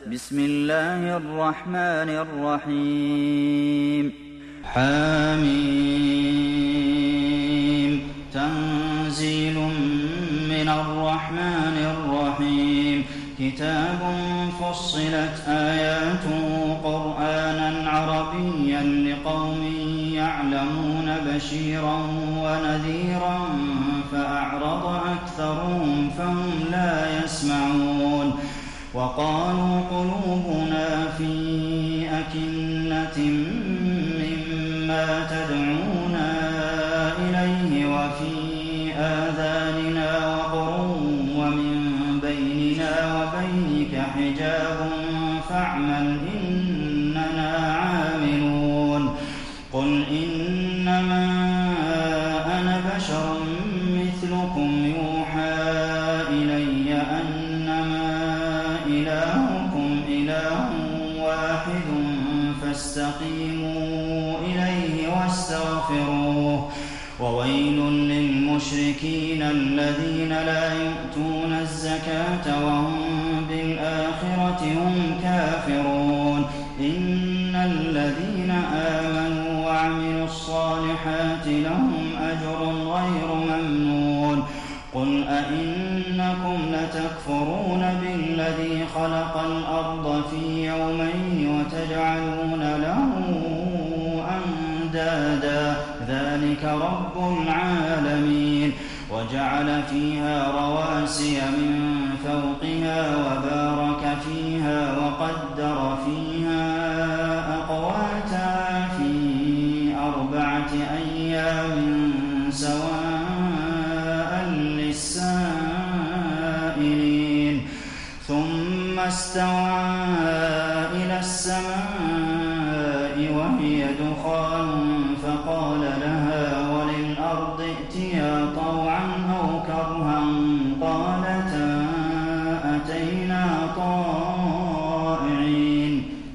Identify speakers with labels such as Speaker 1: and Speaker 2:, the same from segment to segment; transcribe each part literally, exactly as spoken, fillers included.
Speaker 1: بسم الله الرحمن الرحيم حميم تنزيل من الرحمن الرحيم كتاب فصلت آياته قرآنا عربيا لقوم يعلمون بشيرا ونذيرا فأعرض أكثرهم فهم لا يسمعون وقالوا قلوبنا في أكنة مما تدعونا إليه وفي آذاننا وقر ومن بيننا وبينك حجاب فاعمل إننا عاملون قل إنما أنا بشر مثلكم يوحى إلي أنما إلهكم إله واحد فاستقيموا إليه واستغفروه وويل للمشركين الذين لا يؤتون الزكاة وهم بالآخرة هم كافرون إن الذين آمنوا وعملوا الصالحات لهم أجر غير ممنون قل أئنكم لتكفرون بالذي خلق الأرض في يومين وتجعلون له أندادا ذلك رب العالمين وجعل فيها رواسي من فوقها وبارك فيها وقدر فيها أقواتها في أربعة أيام سواء للسائلين ثم استوى إلى السماء وهي دخان فقال لها وللأرض ائتيا طوعا أو كرها قالتا أتينا طائعين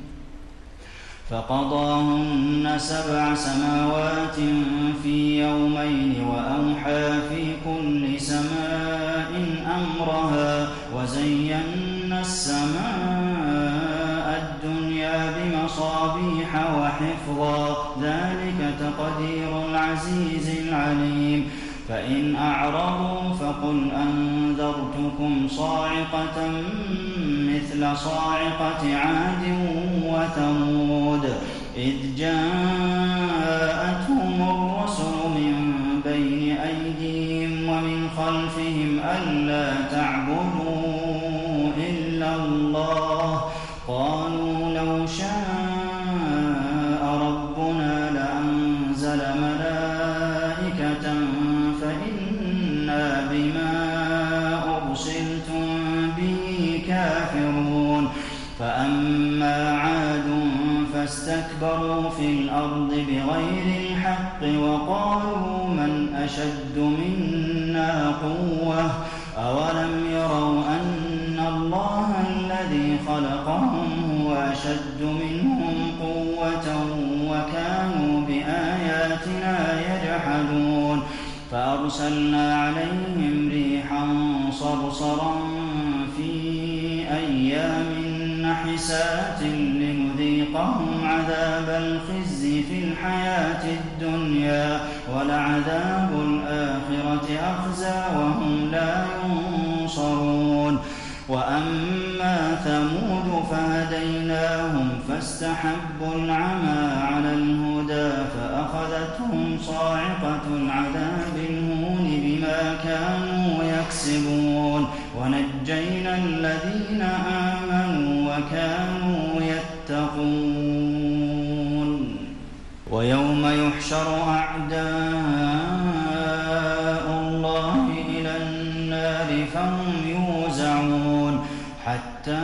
Speaker 1: فقضاهن سبع سماوات في يومين وأوحى في كل سماء أمرها وزينا السماء الدنيا بمصابيح وحفظا ذلك تقدير العزيز العليم فإن أعرضوا فقل أنذرتكم صاعقة مثل صاعقة عاد وثمود إذ جاءتهم الرسل من بين أيديهم ومن خلفهم ألا تعبدوا إلا الله قالوا لو شاء ربنا لأنزل ملائكة فإنا بما أرسلتم به كافرون فأما عاد فاستكبروا في الأرض بغير الحق وقالوا من أشد منا قوة أولم يروا أن الله الذي خلقهم هو أشد منهم قوة وكانوا بآياتنا يجحدون فأرسلنا عليهم ريحا صرصرا في أيام نحسات لنذيقهم عذاب الخزي في الحياة الدنيا ولعذاب الآخرة أخزى وهم لا ينصرون وأما ثمود فهديناهم فاستحبوا العمى على الهدى فأخذتهم صاعقة العذاب الهون بما كانوا يكسبون ونجينا الذين آمنوا وكانوا يتقون ويوم يحشر أعداء الله إلى النار فهم يوزعون حتى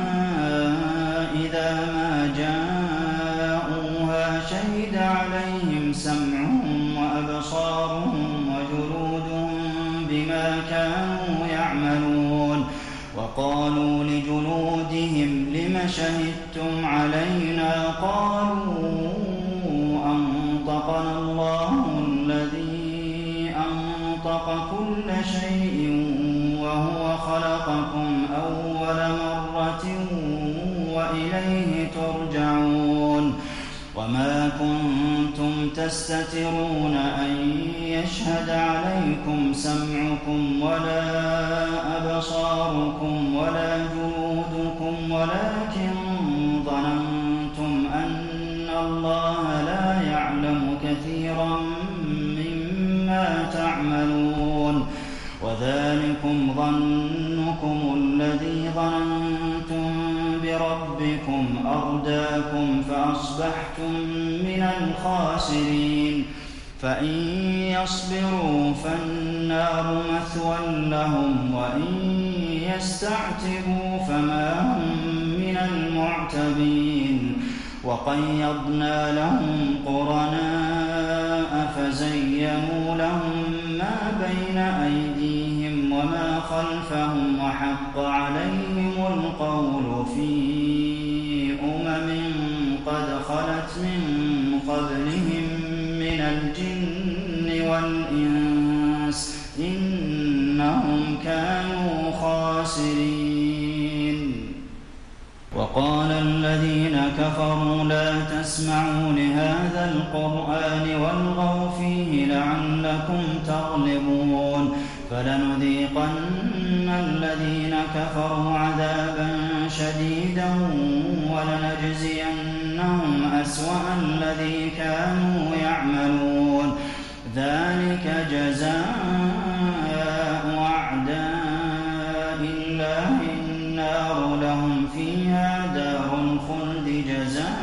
Speaker 1: إذا ما جاءوها شهد عليهم سمعهم وأبصارهم وجلودهم بما كانوا يعملون وقالوا لجلودهم لم شهدتم علينا قالوا أنطقنا الله الذي أنطق كل شيء وهو خلقكم أول مرة وإليه ترجعون وما كنتم تستترون أن يشهد عليكم سمعكم ولا أبصاركم ولا جلودكم ولكن ظننتم أن الله لا يعلم كثيرا مما تعملون وذلكم ظنكم الذي ظننتم بربكم أرداكم فأصبحتم من الخاسرين فإن يصبروا فالنار مثوى لهم وإن يستعتبوا فما هم من المعتبين وقيضنا لهم قرناء فزينوا لهم ما بين أيديهم وما خلفهم وحق عليهم القول في أمم قد خلت من قبلهم من الجن والإنس إنهم كانوا خاسرين وقال الذين كفروا لا تسمعوا لهذا القرآن والغوا فيه لعلكم تغلبون فلنذيقن الذين كفروا عذابا شديدا ولنجزينهم أسوأ الذي كانوا يعملون ذلك جزاء أعداء الله النار لهم فيها دار الخلد جزاء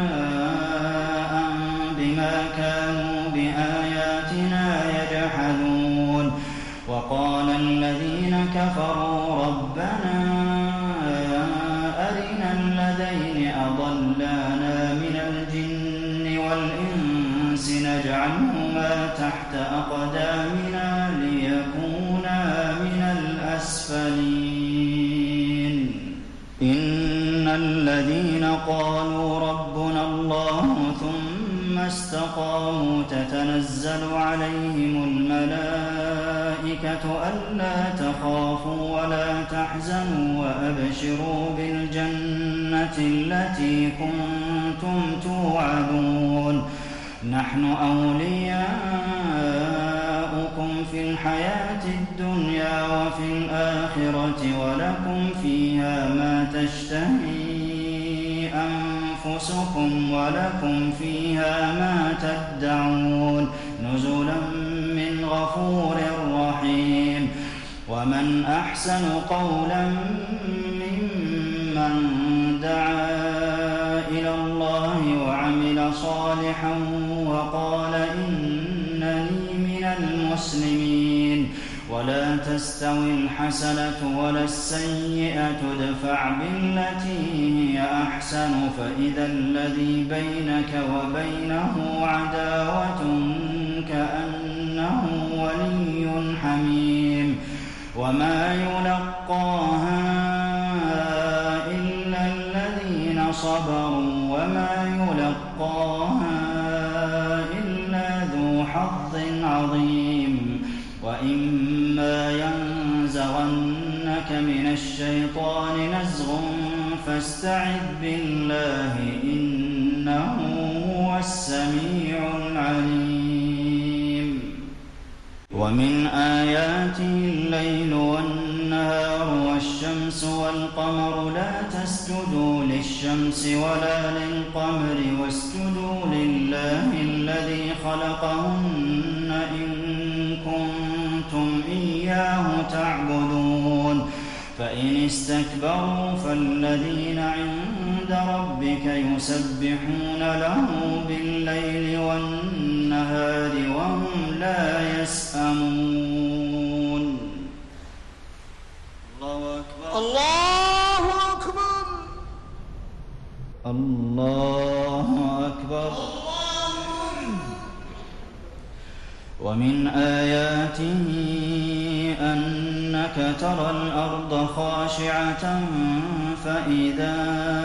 Speaker 1: بما كانوا بآياتنا يجحدون وقال الذين كفروا ربنا أرنا الذين أضلانا من الجن والإنس نجعلهما تحت أقدامنا ليكونا من الأسفلين إن الذين قالوا ربنا الله ثم استقاموا تتنزل عليهم الملائكة ألا تخافوا ولا تحزنوا وأبشروا بالجنة التي كنتم توعدون نحن أولياؤكم في الحياة الدنيا وفي الآخرة ولكم فيها ما تشتهي أنفسكم ولكم فيها ما تدعون نزلا من غفور رحيم ومن أحسن قولا ممن دعا إلى الله وعمل صالحا وقال إنني من المسلمين ولا تستوي الحسنة ولا السيئة ادفع بالتي هي أحسن فإذا الذي بينك وبينه عداوة كأنه ولي حميم وما يلقاها إلا الذين صبروا وما يلقاها إلا ذو حظ عظيم وإما ينزغنك من الشيطان نزغ فاستعذ بالله إنه هو السميع العليم ومن آياته الليل والنهار والشمس والقمر لا تسجدوا للشمس ولا للقمر واسجدوا لله الذي خلقهن إن كنتم إياه تعبدون فإن استكبروا فالذين عند ربك يسبحون له بالليل والنهار وهم لا يسأمون الله أكبر
Speaker 2: الله أكبر
Speaker 1: الله أكبر ومن آياته أنك ترى الأرض خاشعة فإذا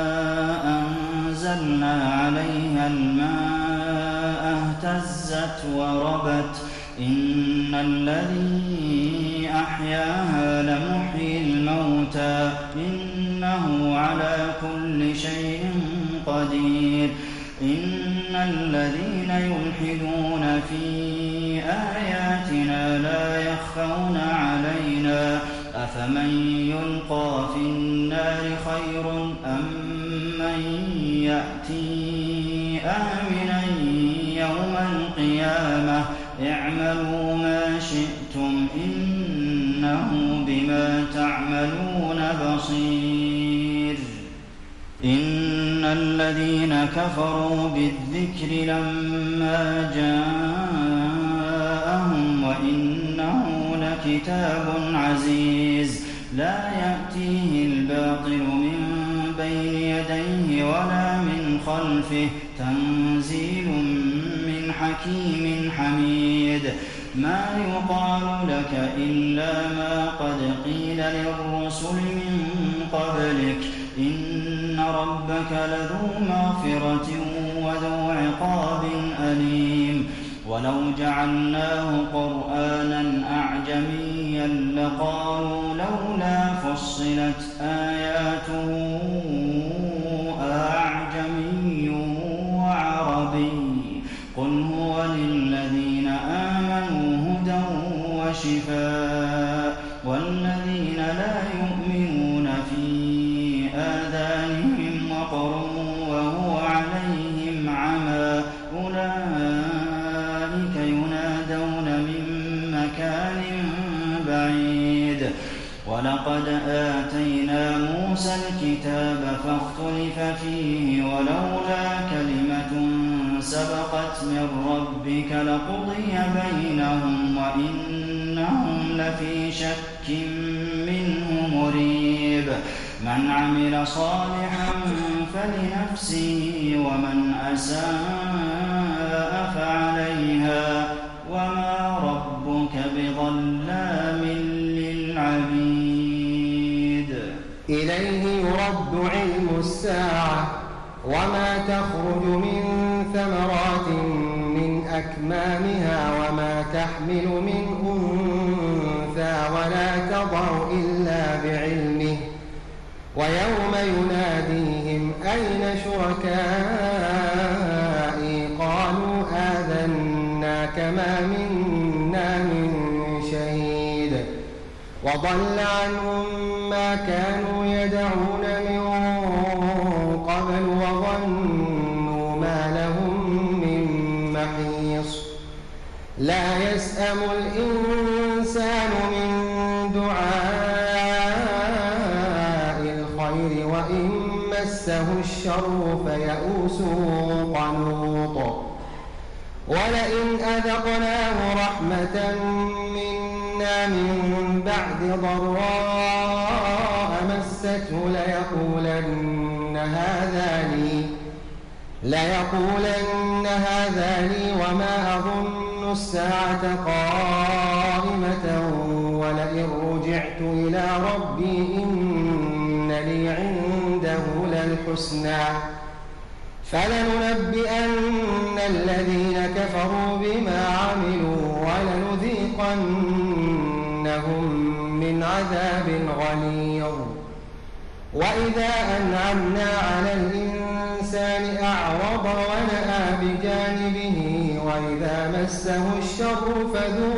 Speaker 1: أنزلنا عليها الماء اهتزت وربت إن الذي أحياها لمحيي الموتى إنه إنه على كل شيء قدير إن الذين يلحدون في آياتنا لا يخفون علينا أفمن يلقى في النار خير أم من يأتي آمنا يوم القيامة اعملوا ما شئتم إنه بما تعملون بصير إن الذين كفروا بالذكر لما جاءهم وإنه لكتاب عزيز لا يأتيه الباطل من بين يديه ولا من خلفه تنزيل من حكيم حميد ما يقال لك إلا ما قد قيل للرسل من قبلك إن ربك لذو مغفرة وذو عقاب أليم ولو جعلناه قرآنا أعجميا لقالوا لولا فصلت آياته أعجمي وعربي قل هو للذين آمنوا هدى وشفاء والذين لا يؤمنون في آذانهم وقر وهو عليهم عمى أولئك ينادون من مكان بعيد ولقد آتينا موسى الكتاب فاختلف فيه ولولا كلمة سبقت من ربك لقضي بينهم وإنهم لفي شك منه مريب من عمل صالحا فلنفسه ومن أساء فعليها وما ربك بظلام للعبيد
Speaker 2: إليه يرد علم الساعة وما تخرج من ثمرات من أكمامها وما تحمل من أنثى ولا تضع إلا بعلمه ويوم يناديهم أين شركائي قالوا آذناك ما منا من شهيد وضل عنهم ما كانوا يدعون من قبل وظنوا ما لهم من محيص لا يسأم الإنسان من دعاء الخير وإن مسه الشر فيئوس قنوط ولئن أذقناه رحمة منا من بعد ضراء مسته ليقولن هذا لي ليقولن هذا لي وما أظن الساعة قائمة ولئن رجعت إلى ربي إن لي عنده للحسنى فلننبئن الذين كفروا بما عملوا ولنذيقنهم من عذاب غليظ وإذا أنعمنا على الإنسان أعرض ونأى بجانبه وإذا مسه الشر فذو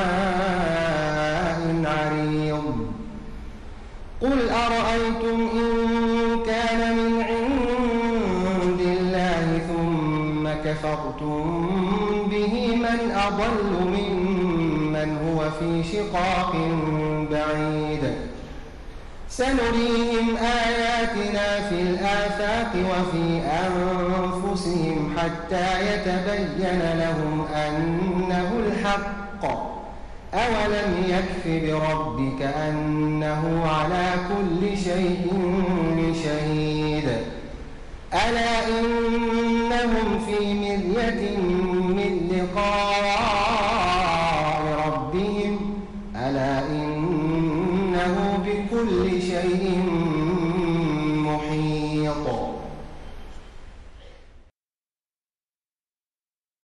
Speaker 2: دعاء عريض قل أرأيتم إن كان من عند الله ثم كفرتم به من أضل ممن هو في شقاق بعيد سنريهم آياتنا في الآفاق وفي أنفسهم حتى يتبين لهم أنه الحق أولم يكف بربك أنه على كل شيء شهيد ألا إنهم في مرية من لقاء ربهم ألا إنه بكل شيء